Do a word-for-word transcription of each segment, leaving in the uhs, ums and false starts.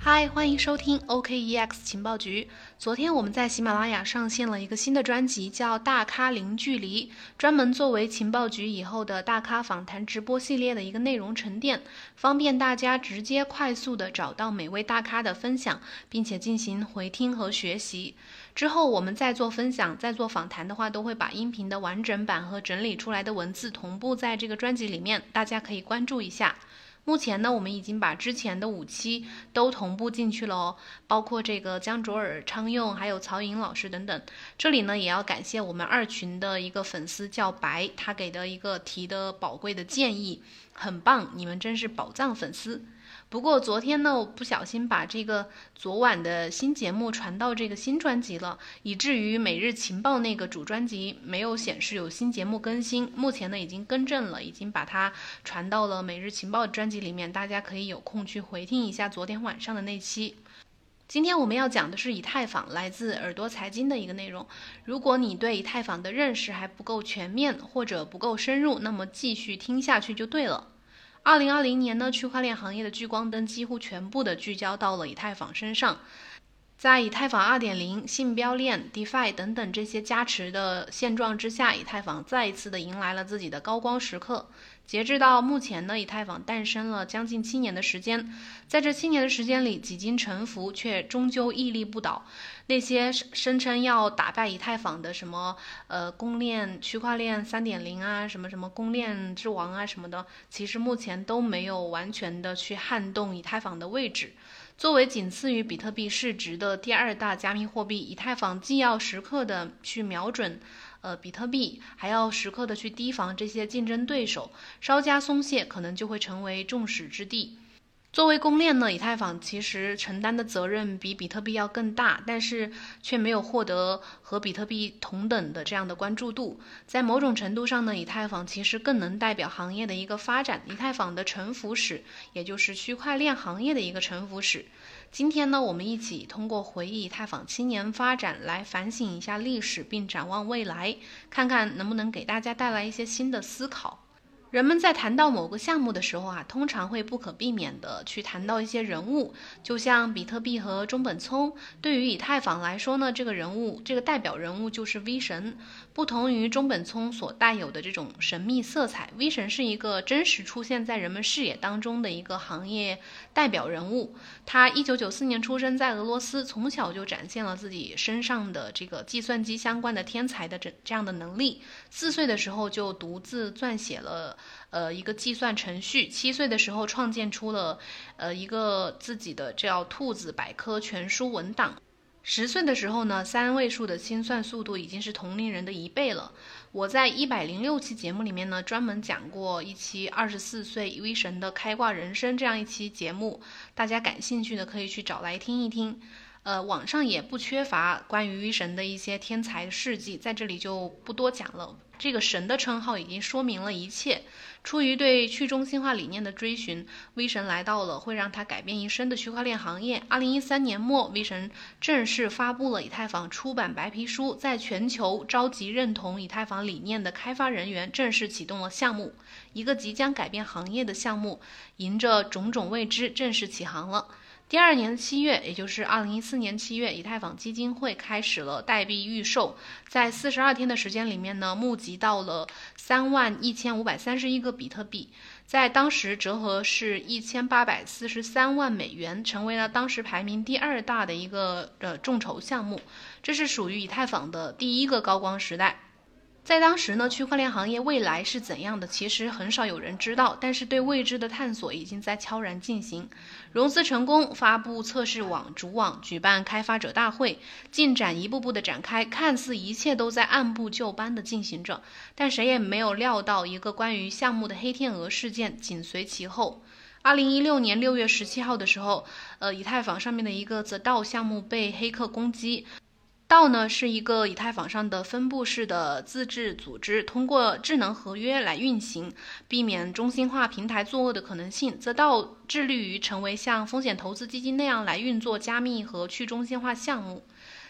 嗨，欢迎收听 O K E X 情报局。昨天我们在喜马拉雅上线了一个新的专辑，叫《大咖零距离》，专门作为情报局以后的大咖访谈直播系列的一个内容沉淀，方便大家直接快速的找到每位大咖的分享，并且进行回听和学习。之后我们再做分享、再做访谈的话，都会把音频的完整版和整理出来的文字同步在这个专辑里面，大家可以关注一下。目前呢，我们已经把之前的五期都同步进去了哦，包括这个江卓尔、昌用，还有曹颖老师等等。这里呢，也要感谢我们二群的一个粉丝叫白，他给的一个提的宝贵的建议，很棒，你们真是宝藏粉丝。不过昨天呢，我不小心把这个昨晚的新节目传到这个新专辑了，以至于每日情报那个主专辑没有显示有新节目更新。目前呢已经更正了，已经把它传到了每日情报专辑里面，大家可以有空去回听一下昨天晚上的那期。今天我们要讲的是以太坊来自耳朵财经的一个内容。如果你对以太坊的认识还不够全面或者不够深入，那么继续听下去就对了。二零二零年呢，区块链行业的聚光灯几乎全部的聚焦到了以太坊身上。在以太坊 二点零、信标链、DeFi 等等这些加持的现状之下，以太坊再一次的迎来了自己的高光时刻。截至到目前呢，以太坊诞生了将近七年的时间，在这七年的时间里，几经沉浮，却终究屹立不倒。那些声称要打败以太坊的什么呃公链、区块链 三点零 啊，什么什么公链之王啊什么的，其实目前都没有完全的去撼动以太坊的位置。作为仅次于比特币市值的第二大加密货币，以太坊既要时刻的去瞄准呃，比特币，还要时刻的去提防这些竞争对手，稍加松懈可能就会成为众矢之的。作为公链呢，以太坊其实承担的责任比比特币要更大，但是却没有获得和比特币同等的这样的关注度。在某种程度上呢，以太坊其实更能代表行业的一个发展，以太坊的沉浮史，也就是区块链行业的一个沉浮史。今天呢，我们一起通过回忆以太坊七年发展来反省一下历史，并展望未来，看看能不能给大家带来一些新的思考。人们在谈到某个项目的时候啊，通常会不可避免的去谈到一些人物，就像比特币和中本聪。对于以太坊来说呢，这个人物，这个代表人物就是 V 神。不同于中本聪所带有的这种神秘色彩， V 神是一个真实出现在人们视野当中的一个行业代表人物。他一九九四年出生在俄罗斯，从小就展现了自己身上的这个计算机相关的天才的这这样的能力。四岁的时候就独自撰写了呃，一个计算程序，七岁的时候创建出了呃一个自己的叫兔子百科全书文档。十岁的时候呢，三位数的心算速度已经是同龄人的一倍了。我在一百零六期节目里面呢，专门讲过一期二十四岁 V 神的开挂人生这样一期节目，大家感兴趣的可以去找来听一听。呃，网上也不缺乏关于 V 神的一些天才事迹，在这里就不多讲了。这个神的称号已经说明了一切。出于对去中心化理念的追寻， V 神来到了会让他改变一生的区块链行业。二零一三年末， V 神正式发布了以太坊出版白皮书，在全球召集认同以太坊理念的开发人员，正式启动了项目。一个即将改变行业的项目，迎着种种未知正式起航了。第二年七月，也就是二零一四年七月，以太坊基金会开始了代币预售，在四十二天的时间里面呢，募集到了三万一千五百三十一个比特币，在当时折合是一千八百四十三万美元，成为了当时排名第二大的一个呃众筹项目。这是属于以太坊的第一个高光时代。在当时呢，区块链行业未来是怎样的，其实很少有人知道，但是对未知的探索已经在悄然进行。融资成功，发布测试网、主网，举办开发者大会，进展一步步的展开，看似一切都在按部就班的进行着，但谁也没有料到一个关于项目的黑天鹅事件紧随其后。二零一六年六月十七号的时候，呃，以太坊上面的一个 The 道项目被黑客攻击。道呢是一个以太坊上的分布式的自治组织，通过智能合约来运行，避免中心化平台作恶的可能性。则道致力于成为像风险投资基金那样来运作加密和去中心化项目。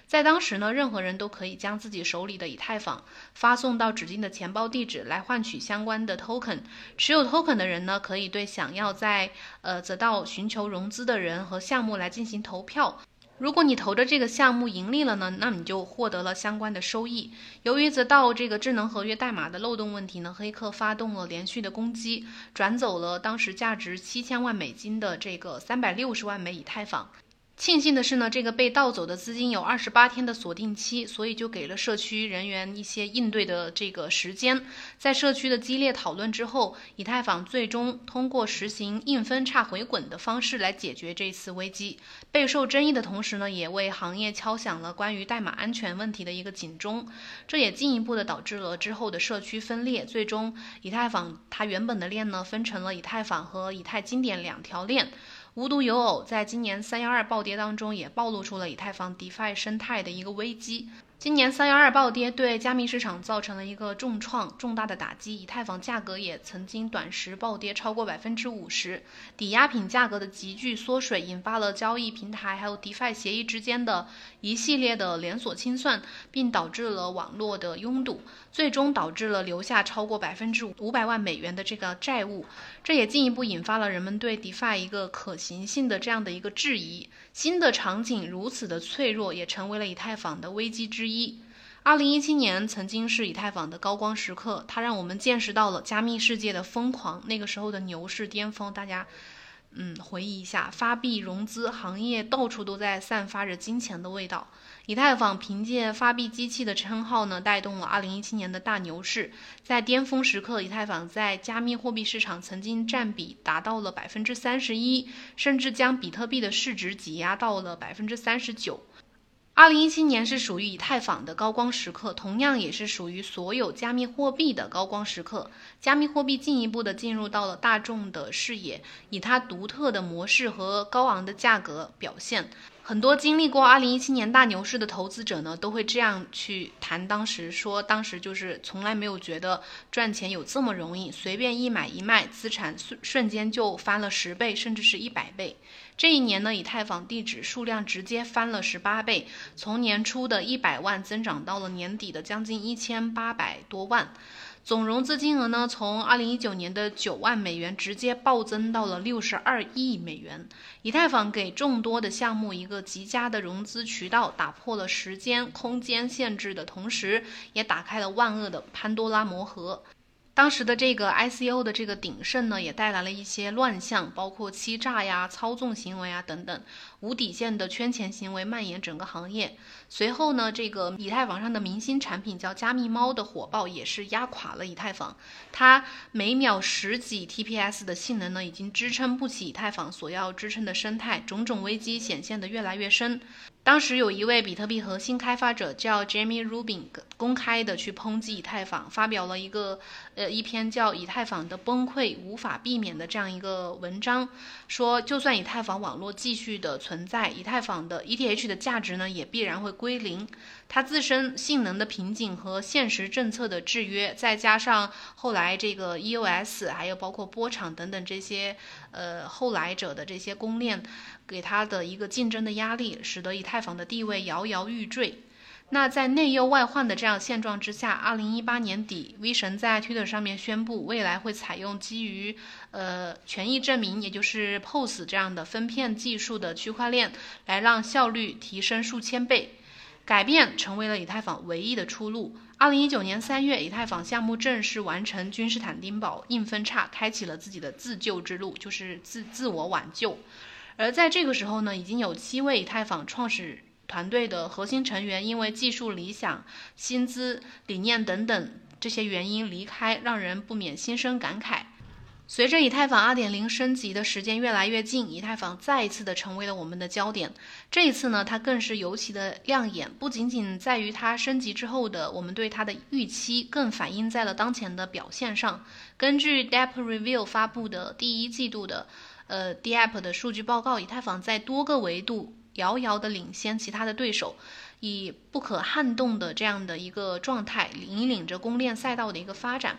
在当时呢，任何人都可以将自己手里的以太坊发送到指定的钱包地址来换取相关的 token。持有 token 的人呢，可以对想要在呃得到寻求融资的人和项目来进行投票。如果你投的这个项目盈利了呢，那你就获得了相关的收益。由于得到这个智能合约代码的漏洞问题呢，黑客发动了连续的攻击，转走了当时价值七千万美金的这个三百六十万枚以太坊。庆幸的是呢，这个被盗走的资金有二十八天的锁定期，所以就给了社区人员一些应对的这个时间。在社区的激烈讨论之后，以太坊最终通过实行硬分叉回滚的方式来解决这次危机。备受争议的同时呢，也为行业敲响了关于代码安全问题的一个警钟。这也进一步的导致了之后的社区分裂，最终以太坊它原本的链呢分成了以太坊和以太经典两条链。无独有偶，在今年三一二暴跌当中，也暴露出了以太坊 DeFi 生态的一个危机。今年三一二暴跌对加密市场造成了一个重创、重大的打击，以太坊价格也曾经短时暴跌超过百分之五十，抵押品价格的急剧缩水，引发了交易平台还有 DeFi 协议之间的一系列的连锁清算，并导致了网络的拥堵，最终导致了留下超过百分之五百万美元的这个债务。这也进一步引发了人们对 DeFi 一个可行性的这样的一个质疑。新的场景如此的脆弱，也成为了以太坊的危机之一。二零一七年曾经是以太坊的高光时刻，它让我们见识到了加密世界的疯狂，那个时候的牛市巅峰，大家嗯，回忆一下，发币融资行业到处都在散发着金钱的味道。以太坊凭借发币机器的称号呢，带动了二零一七年的大牛市。在巅峰时刻，以太坊在加密货币市场曾经占比达到了百分之三十一，甚至将比特币的市值挤压到了百分之三十九。二零一七年是属于以太坊的高光时刻，同样也是属于所有加密货币的高光时刻。加密货币进一步的进入到了大众的视野，以它独特的模式和高昂的价格表现。很多经历过二零一七年大牛市的投资者呢，都会这样去谈当时，说当时就是从来没有觉得赚钱有这么容易，随便一买一卖，资产瞬瞬间就翻了十倍，甚至是一百倍。这一年呢，以太坊地址数量直接翻了十八倍，从年初的一百万增长到了年底的将近一千八百多万。总融资金额呢，从二零一九年的九万美元直接暴增到了六十二亿美元。以太坊给众多的项目一个极佳的融资渠道，打破了时间、空间限制的同时，也打开了万恶的潘多拉魔盒。当时的这个 I C O 的这个鼎盛呢，也带来了一些乱象，包括欺诈呀、操纵行为啊等等，无底线的圈钱行为蔓延整个行业。随后呢，这个以太坊上的明星产品叫加密猫的火爆，也是压垮了以太坊。它每秒十几 T P S 的性能呢，已经支撑不起以太坊所要支撑的生态，种种危机显现得越来越深。当时有一位比特币核心开发者叫 Jamie Rubin， 公开的去抨击以太坊，发表了一个呃一篇叫《以太坊的崩溃无法避免》的这样一个文章，说就算以太坊网络继续的存在，以太坊的 E T H 的价值呢也必然会归零。它自身性能的瓶颈和现实政策的制约，再加上后来这个 E O S 还有包括波场等等这些呃后来者的这些公链给它的一个竞争的压力，使得以太坊的地位摇摇欲坠。那在内忧外患的这样现状之下，二零一八年底 V 神在 Twitter 上面宣布，未来会采用基于呃权益证明，也就是 P O S 这样的分片技术的区块链，来让效率提升数千倍。改变成为了以太坊唯一的出路。二零一九年三月，以太坊项目正式完成君士坦丁堡硬分叉，开启了自己的自救之路，就是自自我挽救。而在这个时候呢，已经有七位以太坊创始团队的核心成员因为技术理想、薪资、理念等等这些原因离开，让人不免心生感慨。随着以太坊 二点零 升级的时间越来越近，以太坊再一次的成为了我们的焦点。这一次呢，它更是尤其的亮眼，不仅仅在于它升级之后的我们对它的预期，更反映在了当前的表现上。根据 Dapp Review 发布的第一季度的呃 D A P P 的数据报告，以太坊在多个维度遥遥的领先其他的对手，以不可撼动的这样的一个状态，引领着公链赛道的一个发展。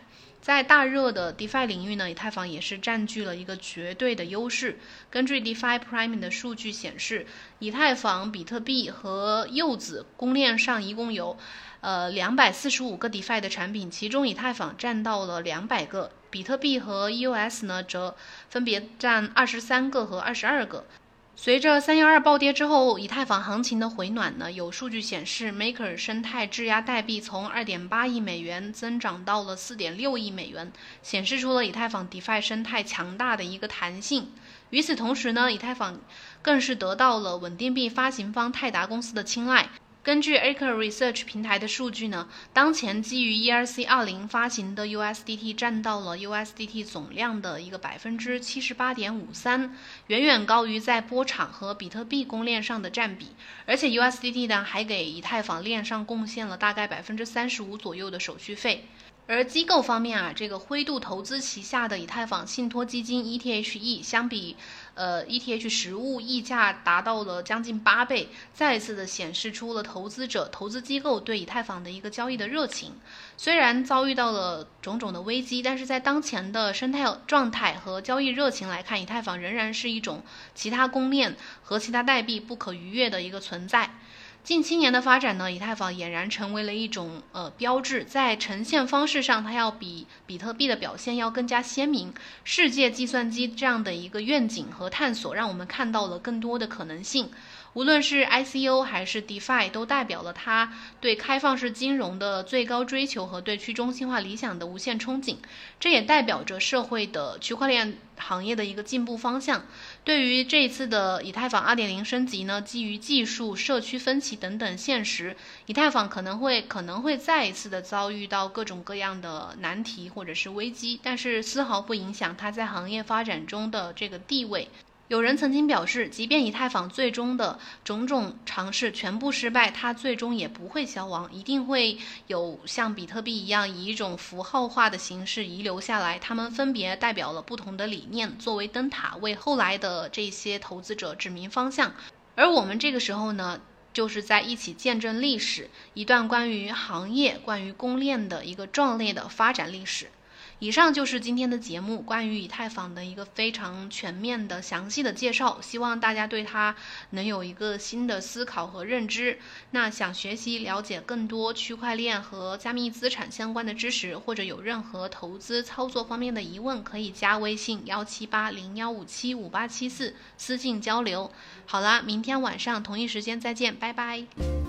在大热的 DeFi 领域呢，以太坊也是占据了一个绝对的优势。根据 DeFi Prime 的数据显示，以太坊、比特币和柚子公链上一共有呃两百四十五个 DeFi 的产品，其中以太坊占到了两百个，比特币和 E O S 呢则分别占二十三个和二十二个。随着三一二暴跌之后，以太坊行情的回暖呢，有数据显示 Maker 生态质押代币从 二点八亿美元增长到了 四点六亿美元，显示出了以太坊 DeFi 生态强大的一个弹性。与此同时呢，以太坊更是得到了稳定币发行方泰达公司的青睐。根据 Aker Research 平台的数据呢，当前基于 E R C 二十 发行的 U S D T 占到了 U S D T 总量的一个 百分之七十八点五三， 远远高于在波场和比特币公链上的占比。而且 U S D T 呢还给以太坊链上贡献了大概 百分之三十五 左右的手续费。而机构方面啊，这个灰度投资旗下的以太坊信托基金 E T H E 相比呃 E T H 实物溢价达到了将近八倍，再一次的显示出了投资者、投资机构对以太坊的一个交易的热情。虽然遭遇到了种种的危机，但是在当前的生态状态和交易热情来看，以太坊仍然是一种其他公链和其他代币不可逾越的一个存在。近七年的发展呢，以太坊俨然成为了一种呃标志，在呈现方式上，它要比比特币的表现要更加鲜明。世界计算机这样的一个愿景和探索，让我们看到了更多的可能性。无论是 I C O 还是 DeFi， 都代表了它对开放式金融的最高追求和对去中心化理想的无限憧憬。这也代表着社会的区块链行业的一个进步方向。对于这一次的以太坊 二点零 升级呢，基于技术、社区分歧等等现实，以太坊可能会可能会再一次的遭遇到各种各样的难题或者是危机，但是丝毫不影响它在行业发展中的这个地位。有人曾经表示，即便以太坊最终的种种尝试全部失败，它最终也不会消亡，一定会有像比特币一样以一种符号化的形式遗留下来。它们分别代表了不同的理念，作为灯塔，为后来的这些投资者指明方向。而我们这个时候呢，就是在一起见证历史，一段关于行业、关于公链的一个壮烈的发展历史。以上就是今天的节目，关于以太坊的一个非常全面的详细的介绍，希望大家对它能有一个新的思考和认知。那想学习了解更多区块链和加密资产相关的知识，或者有任何投资操作方面的疑问，可以加微信幺七八零幺五七五八七四私信交流。好啦，明天晚上同一时间再见，拜拜。